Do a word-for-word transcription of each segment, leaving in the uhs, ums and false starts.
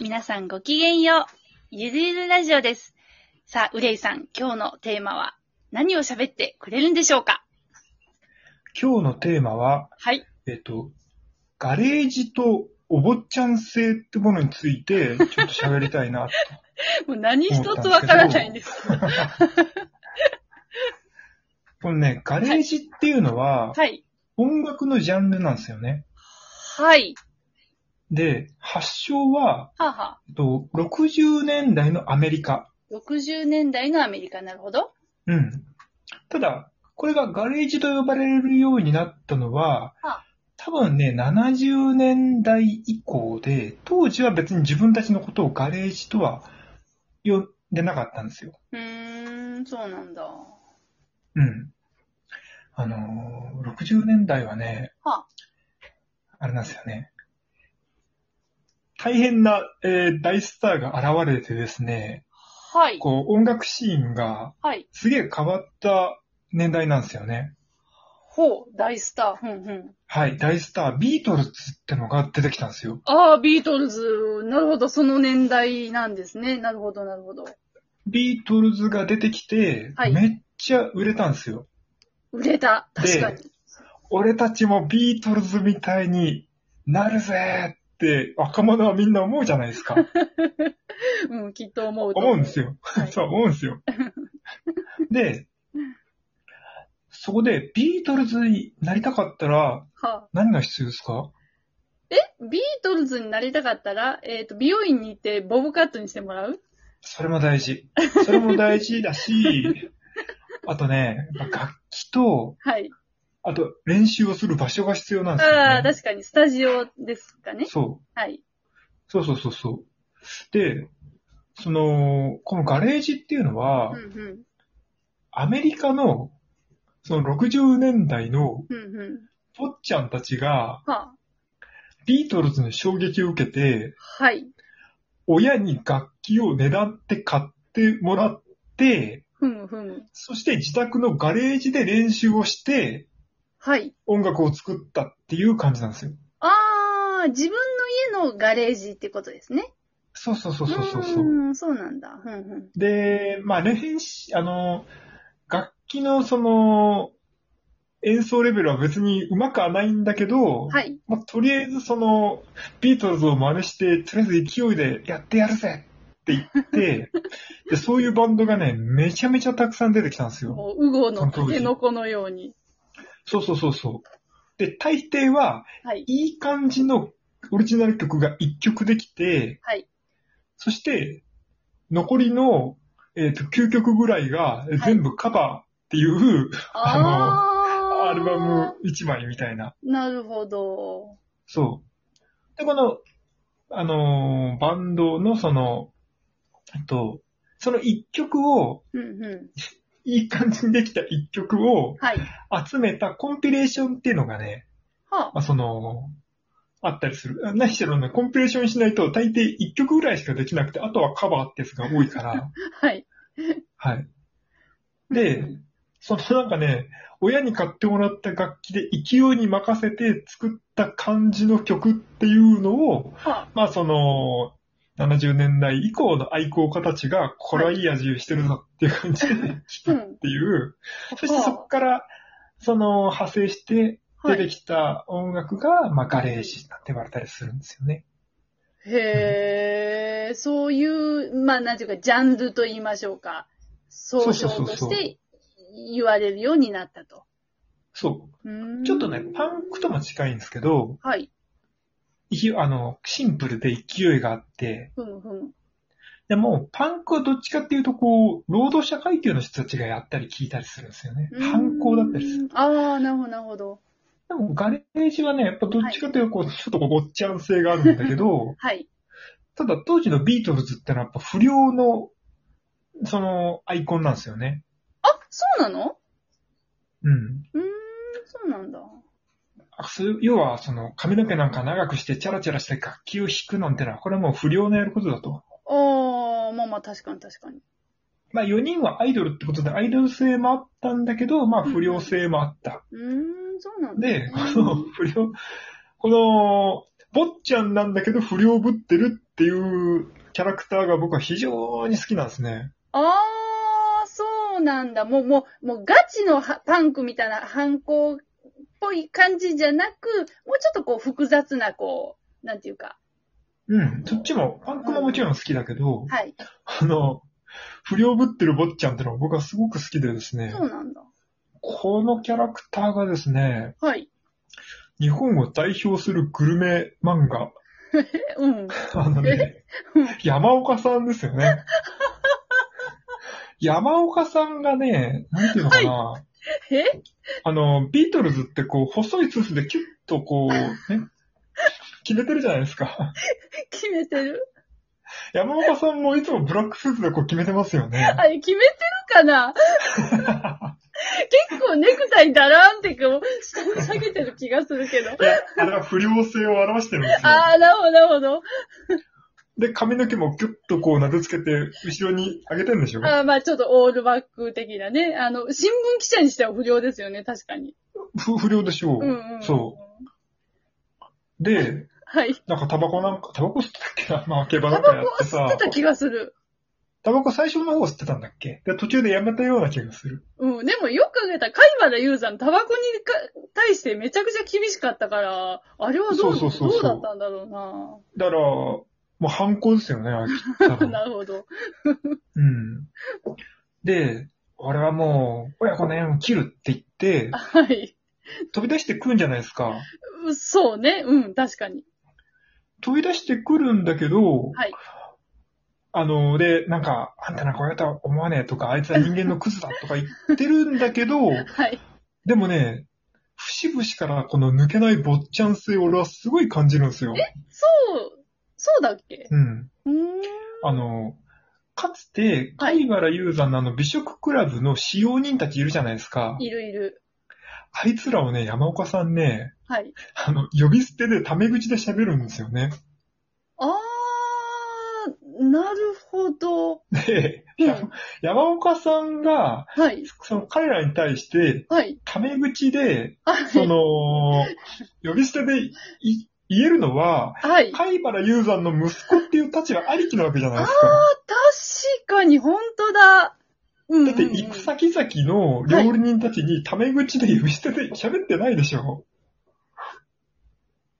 皆さんごきげんよう。ゆるゆるラジオです。さあ、うれいさん、今日のテーマは何を喋ってくれるんでしょうか？ 今日のテーマは、 はい。 えっと、ガレージとお坊ちゃん性ってものについて、ちょっと喋りたいなもう何と思っ一つたんですけど、 わからないんですけど。 このね、ガレージっていうのは、 はい。 音楽のジャンルなんですよね。 はい。 で、発祥は、 はあ、はあ、 えっと、ろくじゅうねんだいのアメリカ。 ろくじゅうねんだいのアメリカ、なるほど。 うん。ただ、これがガレージと呼ばれるようになったのは、 はあ、 多分ね、ななじゅうねんだい以降で、当時は別に自分たちのことをガレージとは呼んでなかったんですよ。 うーん、そうなんだ。はうん。あのー、ろくじゅうねんだいはね、 あ、 あれなんですよね。大変な、えー大スターが現れてですね、 はい。 こう音楽シーンがはい。 すげえ変わった年代なんですよね。 ほう、大スター。ふんふん。 はい、大スター、ビートルズってのが出てきたんですよ。 ああ、ビートルズ。なるほど、その年代なんですね。なるほど、なるほど。 ビートルズが出てきて、 はい。 めっちゃ売れたんですよ。 売れた。確かに。 で、俺たちもビートルズみたいになるぜって若者はみんな思うじゃないですか。 うん、きっと思うと思う。 思うんですよ。 はい。 そう、思うんですよ。で、そこでビートルズになりたかったらはあ、 何が必要ですか？ えビートルズになりたかったら、えっと、美容院に行ってボブカットにしてもらう？ それも大事。それも大事だし、あとね、やっぱ楽器と、 はい。 あと練習をする場所が必要なんですよああ、 ね。 確かに、スタジオですかね。 そう。 はい。 そうそうそうそう。で、その、このガレージっていうのは、 うん、うん。 アメリカの、そのろくじゅうねんだいのうん、うん。 坊ちゃんたちが、 はあ、 ビートルズに衝撃を受けて、 はい。 親に楽器をねだって買ってもらって、 ふむふむ。 そして自宅のガレージで練習をして、 はい。 音楽を作ったっていう感じなんですよ。 ああ、自分の家のガレージってことですね。 そうそうそうそうそうそう。 うーん、そうなんだ。ふんふん。 で、まあ、練習、あの、楽器のその、演奏レベルは別に上手くはないんだけど、 はい。 まあ、とりあえずその、ビートルズを真似して、とりあえず勢いでやってやるぜって言って、で、そういうバンドがね、めちゃめちゃたくさん出てきたんですよ。 もう、ウゴのその当時。 タケノコのように。 そうそうそうそう。で、大抵は、 はい。 いい感じのオリジナル曲がいっきょくできて、 はい。 そして、残りの、えっと、きゅうきょくぐらいがはい。 全部カバーっていう、あの、アルバムあいちまいみたいな。 ー、なるほど。 そう。で、この、あのーバンドのその、えっと、そのいっきょくを、 うんうん。 いい感じにできたいっきょくをはい。 集めたコンピレーションっていうのがね、 はあ。 まあ、その、あったりする。あ何しろね、コンピレーションしないと大抵いっきょくぐらいしかできなくて、あとはカバーってやつが多いから、 はい。 はい。 うんで、そのなんかね、親に買ってもらった楽器で勢いに任せて作った感じの曲っていうのを、 はまあその、ななじゅうねんだい以降の愛好家たちが、これはいい味してるぞっていう感じであ。 聞くっうん。 ていう、そしてそこはから、その派生してあ。はい。 出てきた音楽が、まあガレージなんて言われたりするんですよね。うん、 へえ、そういう、まあ、なんていうか、ジャンルと言いましょうか。総そうそうそ称うそう。 として言われるようになったと。 そう。 うーちょっとね、 ん。 パンクとも近いんですけど、 はい。 いきあの、シンプルで勢いがあって、 ふむふむ。 でも、パンクはどっちかっていうと、こう、労働者階級の人たちがやったり聞いたりするんですよね。 う反抗だったりする。 ーん。ああ、なるほど、なるほど。 でも、ガレージはね、やっぱどっはい。 ちかというと、こう、ちょっとこう、ごっちゃん性があるんだけど、 はい。 ただ当時のビートルズってのはやっぱ不良の、その、アイコンなんですよね。 あ、そうなの？ うん。 うーん、そうなんだ。 あそう要は、その、髪の毛なんか長くして、チャラチャラして楽器を弾くなんてのは、これはもう不良のやることだと。 ああ、まあまあ、確かに確かに。 まあ、よにんはアイドルってことで、アイドル性もあったんだけど、まあ、 うんう不良性もあった。 ん。うーん、そうなんですで、 ね。 この不良、この坊ちゃんなんだけど不良ぶってるっていうキャラクターが僕は非常に好きなんですね。 ああ、そうなんだ。もう、もう、もうガチのはパンクみたいな反抗っぽい感じじゃなく、もうちょっとこう複雑な、こう、なんていうか。 うん。そっちも、パンクももちろん好きだけど、 はい。 あの、不良ぶってる坊ちゃんってのは僕はすごく好きでですね。 そうなんだ。 このキャラクターがですね、 はい。 日本を代表するグルメ漫画。 うん。 あのね、山岡さんですよね。山岡さんがね、なんていうのかな。はい、 えあの、ビートルズってこう、細いスーツでキュッとこう、ね、決めてるじゃないですか。 決めてる。 山岡さんもいつもブラックスーツでこう決めてますよね。 あれ、決めてるかな結構ネクタイだらんってこう、下に下げてる気がするけど。いや、あれは不良性を表してるんですよ。 ああ、なるほど、なるほど。 で、髪の毛もキュッとこうなでつけて、後ろに上げてるんでしょ？ ああ、まあちょっとオールバック的なね。あの、新聞記者にしては不良ですよね、確かに。 不、不良でしょう。うんうんうん、そう。で、 はい。 なんかタバコなんか、タバコ吸ってたっけな？まあ、競馬なんかやってさ。 タバコ吸ってた気がする。 タバコ最初の方吸ってたんだっけ？で、途中でやめたような気がする。 うん。でもよく考えたら、貝原雄さん、タバコに対してめちゃくちゃ厳しかったから、あれはどう、そうそうそうそう、どうだったんだろうな。 だから、もう反抗ですよね、あれ。 なるほど。 うん。で、俺はもう、親子の縁を切るって言って、 はい。 飛び出してくるんじゃないですか。 そうね。うん、確かに。 飛び出してくるんだけど、 はい。 あの、で、なんか、あんたなんか親とは思わねえとか、あいつは人間のクズだとか言ってるんだけど、はい。でもね、節々からこの抜けない坊ちゃん性を俺はすごい感じるんですよ。 え、そう、そうだっけ？ うん。うん。あの、かつて、貝原雄山のあの美食クラブの使用人たちいるじゃないですか。 いるいる。 あいつらをね、山岡さんね、 はい。 あの、呼び捨てでタメ口で喋るんですよね。 あー、なるほど。 で、うん、山岡さんが、はい、その彼らに対して、はい、タメ口で、はい、その、呼び捨てでい言えるのは、はい、貝原雄山の息子っていう立場ありきなわけじゃないですか。 あー、確かに本当だ。 だって、行く先々の料理人たちにタメ口で呼び捨てで喋ってないでしょ。 はい、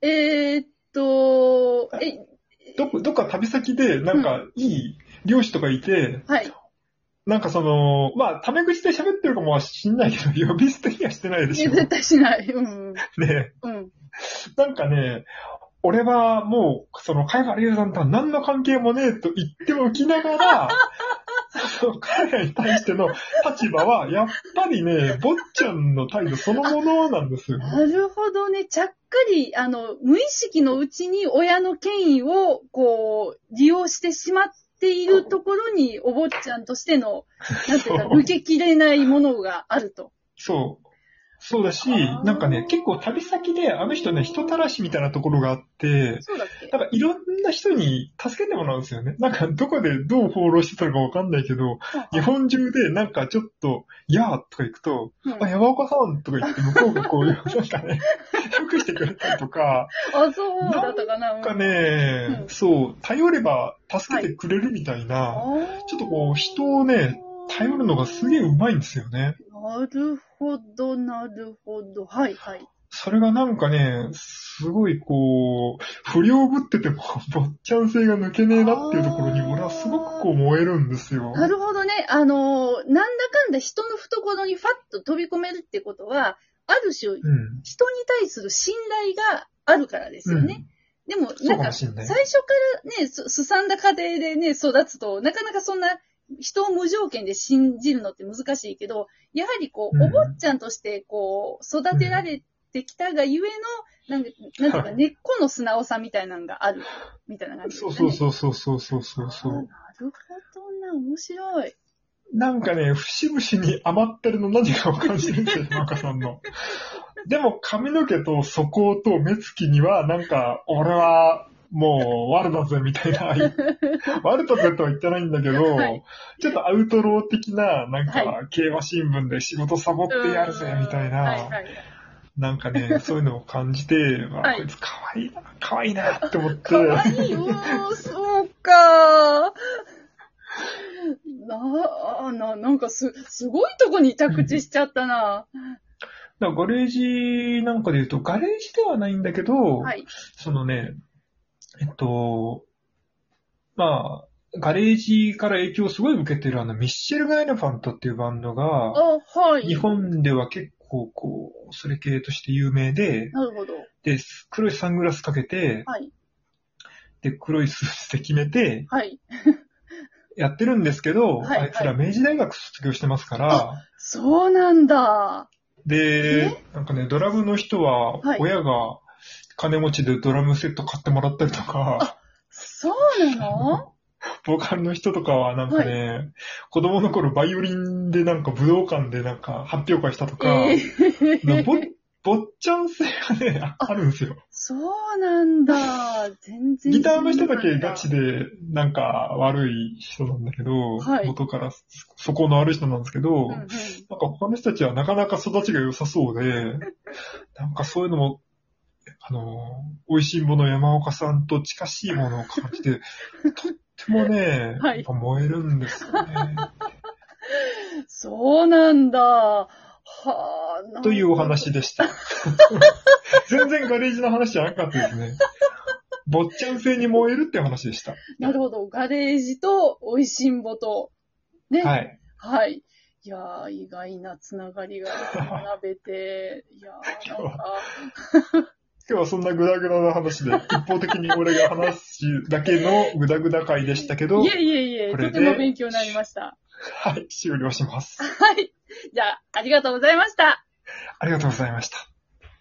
えーっと、え、 ど、どっか旅先で、なんか、いい漁師とかいて、うん、はい。なんかその、まあ、タメ口で喋ってるかもしんないけど、呼び捨てにはしてないでしょ。 絶対しない。うん。 ね、うん。なんかね、俺はもう、その、貝原雄山とは何の関係もねえと言っておきながら、その彼らに対しての立場は、やっぱりね、坊ちゃんの態度そのものなんですよ。 なるほどね。ちゃっかり、あの、無意識のうちに親の権威を、こう、利用してしまっているところに、お坊ちゃんとしての、なんていうか、抜けきれないものがあると。 そう。そうだし、なんかね、結構旅先であの人ね、人たらしみたいなところがあって、 そうだっけ？ なんかいろんな人に助けてもらうんですよね。なんかどこでどうフォローしてたのかわかんないけど、日本中でなんかちょっと、やーとか行くと、うん、あ、山岡さんとか言って向こうがこういう、なんかね、よくしてくれたりとか、 あ、そうだったかな。 なんかね、うん、そう、頼れば助けてくれるみたいな、はい、ちょっとこう、人をね、頼るのがすげえうまいんですよね。 なるほど、なるほど。はいはい。 それがなんかね、すごいこう、不良ぶってても、坊ちゃん性が抜けねえなっていうところに、俺はすごくこう燃えるんですよ。 なるほどね。あの、なんだかんだ人の懐にファッと飛び込めるってことは、ある種、うん、人に対する信頼があるからですよね。うん、でも、なんか、最初からね、す、すさんだ家庭でね、育つと、なかなかそんな、人を無条件で信じるのって難しいけど、やはりこう、うん、お坊ちゃんとしてこう、育てられてきたがゆえの、なんか、なんていうか、根っこの素直さみたいなのがある、みたいな感じですね。 そうそうそうそうそうそうそう。なるほどな、面白い。 なんかね、節々に余ってるの何かを感じるんですよ、山岡さんの。でも髪の毛と素行と目つきには、なんか、俺は、もう、悪だぜ、みたいな。悪だぜとは言ってないんだけど、はい、ちょっとアウトロー的な、なんか、はい、競馬新聞で仕事サボってやるぜ、みたいな。はいはい、 なんかね、そういうのを感じて、わはいこいつ可愛いな、可愛いなって思って。 かわいい、うー、そうか。な、な、なんかす、すごいとこに着地しちゃったな。 だからガレージなんかで言うと、ガレージではないんだけど、 はい。 そのね、えっと、まあ、ガレージから影響をすごい受けてるあの、ミッシェル・ガイ・エレファントっていうバンドが、 あ、はい。 日本では結構こう、それ系として有名で、 なるほど。 で、黒いサングラスかけて、 はい。 で、黒いスーツで決めて、 はい。 やってるんですけど、 はいあいつら明治大学卒業してますから、 そうなんだ。 で、なんかね、ドラムの人ははい、 親が金持ちでドラムセット買ってもらったりとか、 そうなのボーカルの人とかはなんかね、はい、子供の頃バイオリンでなんか武道館でなんか発表会したとか、えー、ぼぼっちゃん性がね、あるんですよ。 そうなんだ。全然。 ギターの人だけガチでなんか悪い人なんだけど、はい、元から素行の悪い人なんですけど、うんうん、なんか他の人たちはなかなか育ちが良さそうで、なんかそういうのも、あの、美味しいもの山岡さんと近しいものを感じて、とってもね、はい、やっぱ燃えるんですよね。 そうなんだ。はあ。というお話でした。全然ガレージの話じゃなかったですね。坊ちゃん性に燃えるって話でした。 なるほど。ガレージと美味しんぼと、ね。はい。はい。いやー、意外なつながりが学べて、いやー、なんか。 今日はそんなグダグダな話で、一方的に俺が話すだけのグダグダ回でしたけど、 いえいえいえ、とても勉強になりました。 はい、終了します。 はい。じゃあ、ありがとうございました。 ありがとうございました。